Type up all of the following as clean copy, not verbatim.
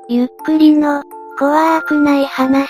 ゆっくりの、怖くない話。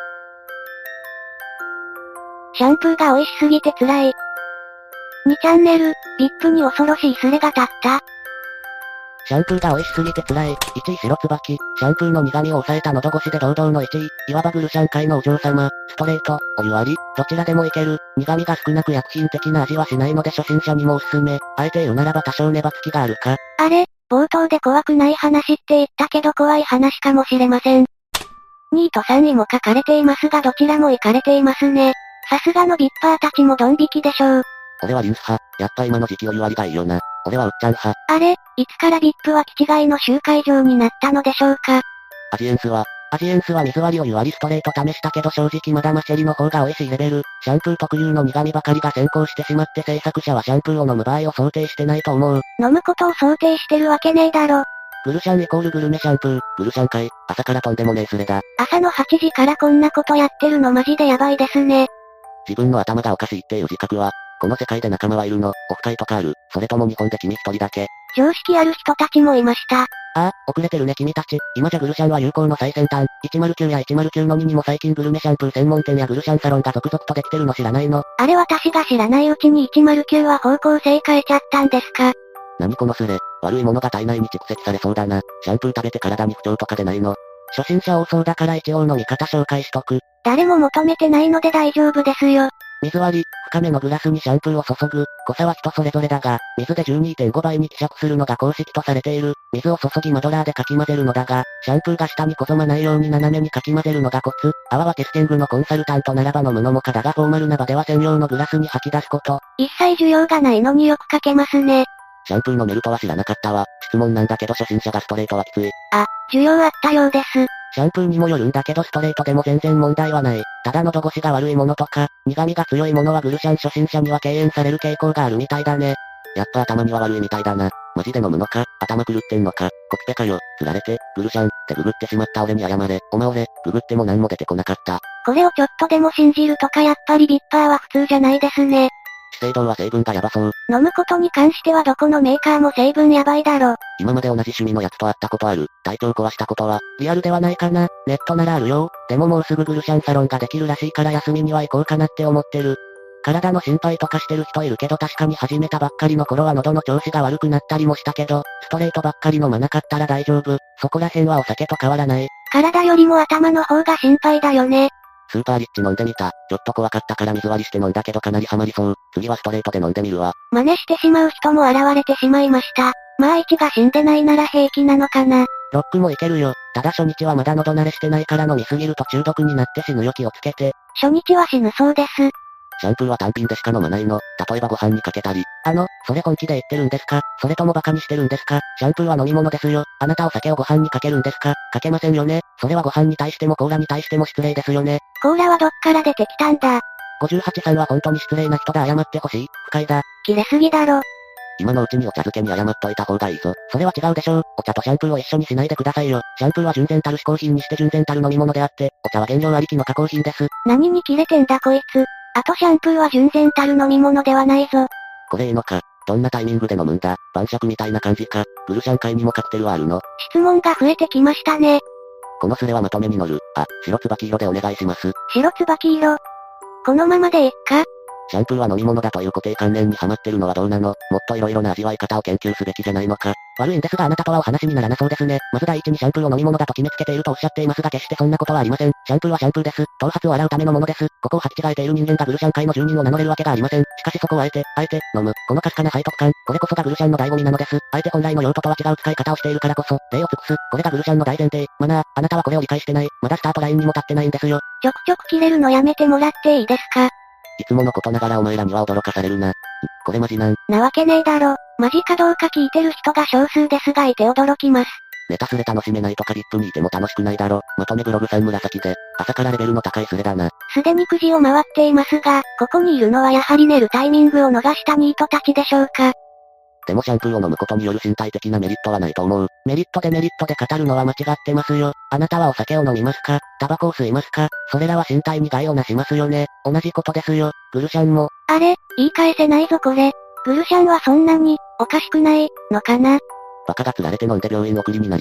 シャンプーが美味しすぎて辛い。2チャンネル、VIP に恐ろしいスレが立った。 シャンプーが美味しすぎて辛い。1位白椿。シャンプーの苦味を抑えた喉越しで堂々の1位。いわばグルシャン界のお嬢様。ストレート、お湯割り、どちらでもいける。苦味が少なく薬品的な味はしないので初心者にもおすすめ。あえて言うならば多少ネバつきがあるか。 あれ、冒頭で怖くない話って言ったけど怖い話かもしれません。2位と3位も書かれていますがどちらもイカれていますね。さすがのビッパーたちもドン引きでしょう。 俺はリンス派。やっぱ今の時期お湯割りがいいよな。俺はうっちゃん派。 あれ、いつからビップは気違いの集会場になったのでしょうか。 アジエンスは水割りを湯割りストレート試したけど正直まだマシェリの方が美味しいレベル。シャンプー特有の苦味ばかりが先行してしまって制作者はシャンプーを飲む場合を想定してないと思う。 飲むことを想定してるわけねえだろ。 グルシャンイコールグルメシャンプー。グルシャン界、朝からとんでもねえスレだ。 朝の8時からこんなことやってるのマジでやばいですね。 自分の頭がおかしいっていう自覚は、この世界で仲間はいるの？オフ会とかある？それとも日本で君一人だけ？ 常識ある人たちもいました。 ああ、遅れてるね君たち。今じゃグルシャンは流行の最先端。109や109の2にも最近グルメシャンプー専門店やグルシャンサロンが続々とできてるの知らないの？ あれ私が知らないうちに109は方向性変えちゃったんですか？ 何このスレ、悪いものが体内に蓄積されそうだな。シャンプー食べて体に不調とかでないの？初心者多そうだから一応の見方紹介しとく。 誰も求めてないので大丈夫ですよ。 水割り、深めのグラスにシャンプーを注ぐ。濃さは人それぞれだが、水で 12.5 倍に希釈するのが公式とされている。水を注ぎマドラーでかき混ぜるのだが、シャンプーが下にこぞまないように斜めにかき混ぜるのがコツ。泡はテスティングのコンサルタントならば飲むのも可だがフォーマルな場では専用のグラスに吐き出すこと。 一切需要がないのによくかけますね。 シャンプーのメルトは知らなかったわ。質問なんだけど初心者がストレートはきつい。 あ、需要あったようです。 シャンプーにもよるんだけどストレートでも全然問題はない。ただ喉越しが悪いものとか、苦味が強いものはグルシャン初心者には敬遠される傾向があるみたいだね。やっぱ頭には悪いみたいだな。マジで飲むのか、頭狂ってんのか、コピペかよ、釣られて、グルシャンってググってしまった俺に謝れ。お前俺、ググっても何も出てこなかった。 これをちょっとでも信じるとかやっぱりビッパーは普通じゃないですね。 資生堂は成分がヤバそう。 飲むことに関してはどこのメーカーも成分ヤバいだろ。 今まで同じ趣味のやつと会ったことある。体調壊したことは、リアルではないかな。ネットならあるよ。でももうすぐグルシャンサロンができるらしいから休みには行こうかなって思ってる。体の心配とかしてる人いるけど確かに始めたばっかりの頃は喉の調子が悪くなったりもしたけど、ストレートばっかり飲まなかったら大丈夫。そこら辺はお酒と変わらない。 体よりも頭の方が心配だよね。 スーパーリッチ飲んでみた。ちょっと怖かったから水割りして飲んだけどかなりハマりそう。次はストレートで飲んでみるわ。 真似してしまう人も現れてしまいました。まあ1が死んでないなら平気なのかな。 ロックもいけるよ。ただ初日はまだ喉慣れしてないから飲みすぎると中毒になって死ぬよ気をつけて。 初日は死ぬそうです。 シャンプーは単品でしか飲まないの。例えばご飯にかけたり。それ本気で言ってるんですか？それともバカにしてるんですか？シャンプーは飲み物ですよ。あなたお酒をご飯にかけるんですか？かけませんよね。それはご飯に対してもコーラに対しても失礼ですよね。 コーラはどっから出てきたんだ。 58さんは本当に失礼な人だ謝ってほしい。不快だ。 切れすぎだろ。 今のうちにお茶漬けに謝っといた方がいいぞ。それは違うでしょう。お茶とシャンプーを一緒にしないでくださいよ。シャンプーは純然たる嗜好品にして純然たる飲み物であって、お茶は原料ありきの加工品です。 何に切れてんだこいつ。あとシャンプーは純然たる飲み物ではないぞ。 これいいのか？どんなタイミングで飲むんだ？晩酌みたいな感じか？グルシャン界にもカクテルはあるの？ 質問が増えてきましたね。 このスレはまとめに乗る。白椿色でお願いします。 白椿色。このままでいっか？ シャンプーは飲み物だという固定観念にハマってるのはどうなの？もっと色々な味わい方を研究すべきじゃないのか？悪いんですがあなたとはお話にならなそうですね。まず第一にシャンプーを飲み物だと決めつけているとおっしゃっていますが決してそんなことはありません。シャンプーはシャンプーです。頭髪を洗うためのものです。ここを履き違えている人間がグルシャン界の住人を名乗れるわけがありません。しかしそこをあえて、飲む。このかすかな背徳感。これこそがグルシャンの醍醐味なのです。あえて本来の用途とは違う使い方をしているからこそ、礼を尽くす。これがグルシャンの大前提。マナー、あなたはこれを理解してない。まだスタートラインにも立ってないんですよ。 ちょくちょく切れるのやめてもらっていいですか？ いつものことながらお前らには驚かされるな。これマジなん？ なわけねえだろ。マジかどうか聞いてる人が少数ですがいて驚きます。 ネタスレ楽しめないとかリップにいても楽しくないだろ。まとめブログ3紫で、朝からレベルの高いスレだな。 すでにくじを回っていますが、ここにいるのはやはり寝るタイミングを逃したニートたちでしょうか。 でもシャンプーを飲むことによる身体的なメリットはないと思う。メリットデメリットで語るのは間違ってますよ。あなたはお酒を飲みますか？タバコを吸いますか？それらは身体に害をなしますよね。同じことですよ。グルシャンも。 あれ、言い返せないぞこれ。グルシャンはそんなに、おかしくない、のかな？ バカが釣られて飲んで病院送りになりそう。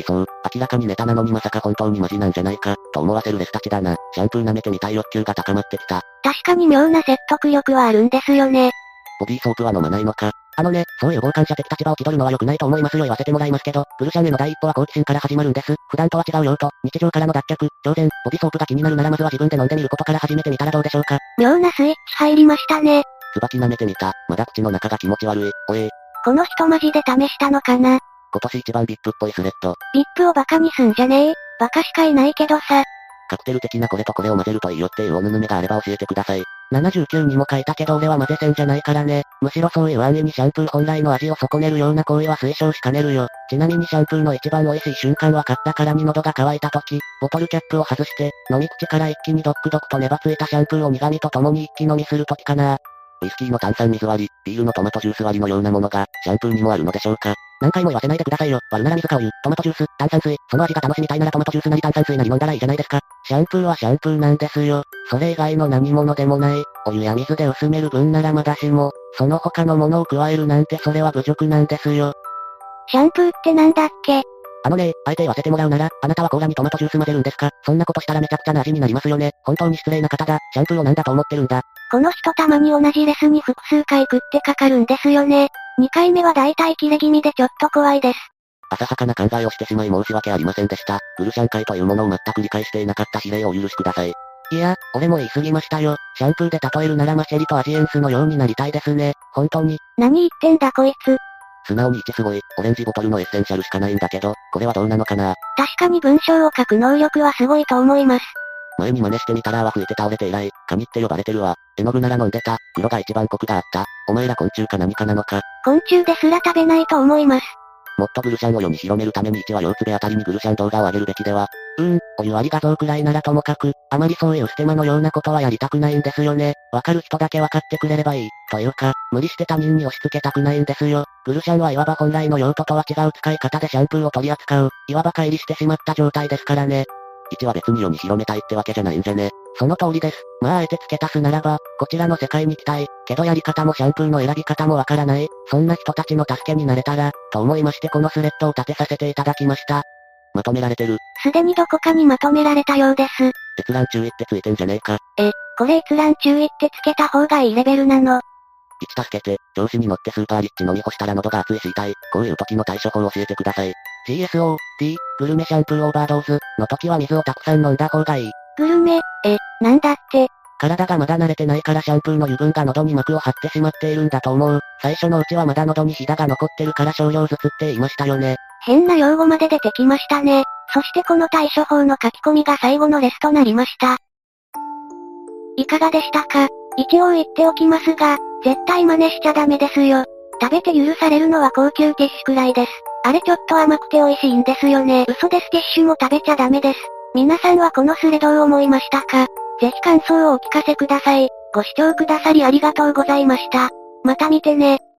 明らかにネタなのにまさか本当にマジなんじゃないか、と思わせるレスたちだな。シャンプー舐めてみたい欲求が高まってきた。 確かに妙な説得力はあるんですよね。 ボディーソープは飲まないのか。そういう傍観者的立場を気取るのは良くないと思いますよ。言わせてもらいますけど、グルシャンへの第一歩は好奇心から始まるんです。普段とは違う用途、日常からの脱却、挑戦、ボディーソープが気になるならまずは自分で飲んでみることから始めてみたらどうでしょうか。 妙なスイッチ入りましたね。 椿舐めてみた。まだ口の中が気持ち悪い。おえ。 この人マジで試したのかな。 今年一番ビップっぽいスレッド。 ビップをバカにすんじゃねえ。バカしかいないけどさ。 カクテル的なこれとこれを混ぜるといいよっていうおぬぬめがあれば教えてください。79にも書いたけど俺は混ぜせんじゃないからね。むしろそういう安易にシャンプー本来の味を損ねるような行為は推奨しかねるよ。ちなみにシャンプーの一番美味しい瞬間は買ったからに喉が渇いた時、ボトルキャップを外して、飲み口から一気にドックドクと粘ついたシャンプーを苦味と共に一気飲みする時かな。ウイスキーの炭酸水割り、ビールのトマトジュース割りのようなものが、シャンプーにもあるのでしょうか。何回も言わせないでくださいよ。割るなら水かお湯、トマトジュース、炭酸水、その味が楽しみたいならトマトジュースなり炭酸水なり飲んだらいいじゃないですか。シャンプーはシャンプーなんですよ。それ以外の何物でもない、お湯や水で薄める分ならまだしも、その他のものを加えるなんてそれは侮辱なんですよ。 シャンプーってなんだっけ？ あえて言わせてもらうなら、あなたはコーラにトマトジュース混ぜるんですか？そんなことしたらめちゃくちゃな味になりますよね。本当に失礼な方だ。シャンプーをなんだと思ってるんだ。 この人たまに同じレスに複数回食ってかかるんですよね。2回目はだいたい切れ気味でちょっと怖いです。 浅はかな考えをしてしまい申し訳ありませんでした。グルシャン会というものを全く理解していなかった非礼をお許しください。いや、俺も言い過ぎましたよ。シャンプーで例えるならマシェリとアジエンスのようになりたいですね。本当に。 何言ってんだこいつ。 素直に1すごい、オレンジボトルのエッセンシャルしかないんだけど、これはどうなのかな。 確かに文章を書く能力はすごいと思います。 前に真似してみたら泡吹いて倒れて以来、神って呼ばれてるわ。絵の具なら飲んでた。黒が一番コクがあった。お前ら昆虫か何かなのか。 昆虫ですら食べないと思います。 もっとグルシャンを世に広めるために1話4つべあたりにグルシャン動画を上げるべきでは。お湯割り画像くらいならともかく、あまりそういうステマのようなことはやりたくないんですよね。わかる人だけわかってくれればいい。というか、無理して他人に押し付けたくないんですよ。グルシャンはいわば本来の用途とは違う使い方でシャンプーを取り扱う、いわば乖離してしまった状態ですからね。1は別に世に広めたいってわけじゃないんじゃね。その通りです。あえて付け足すならば、こちらの世界に来たい。けどやり方もシャンプーの選び方もわからない。そんな人たちの助けになれたら、と思いましてこのスレッドを立てさせていただきました。まとめられてる。 すでにどこかにまとめられたようです。 閲覧注意ってついてんじゃねえか。 これ閲覧注意ってつけた方がいいレベルなの。 1助けて、調子に乗ってスーパーリッチ飲み干したら喉が熱いし痛い。こういう時の対処法を教えてください。GSO、T、グルメシャンプーオーバードーズの時は水をたくさん飲んだ方がいい。 グルメ、なんだって。 体がまだ慣れてないからシャンプーの油分が喉に膜を張ってしまっているんだと思う。最初のうちはまだ喉にひだが残ってるから少量ずつって言いましたよね。 変な用語まで出てきましたね。そしてこの対処法の書き込みが最後のレスとなりました。いかがでしたか？一応言っておきますが、絶対真似しちゃダメですよ。食べて許されるのは高級ティッシュくらいです。あれちょっと甘くて美味しいんですよね。嘘です。ティッシュも食べちゃダメです。皆さんはこのスレどう思いましたか？ぜひ感想をお聞かせください。ご視聴くださりありがとうございました。また見てね。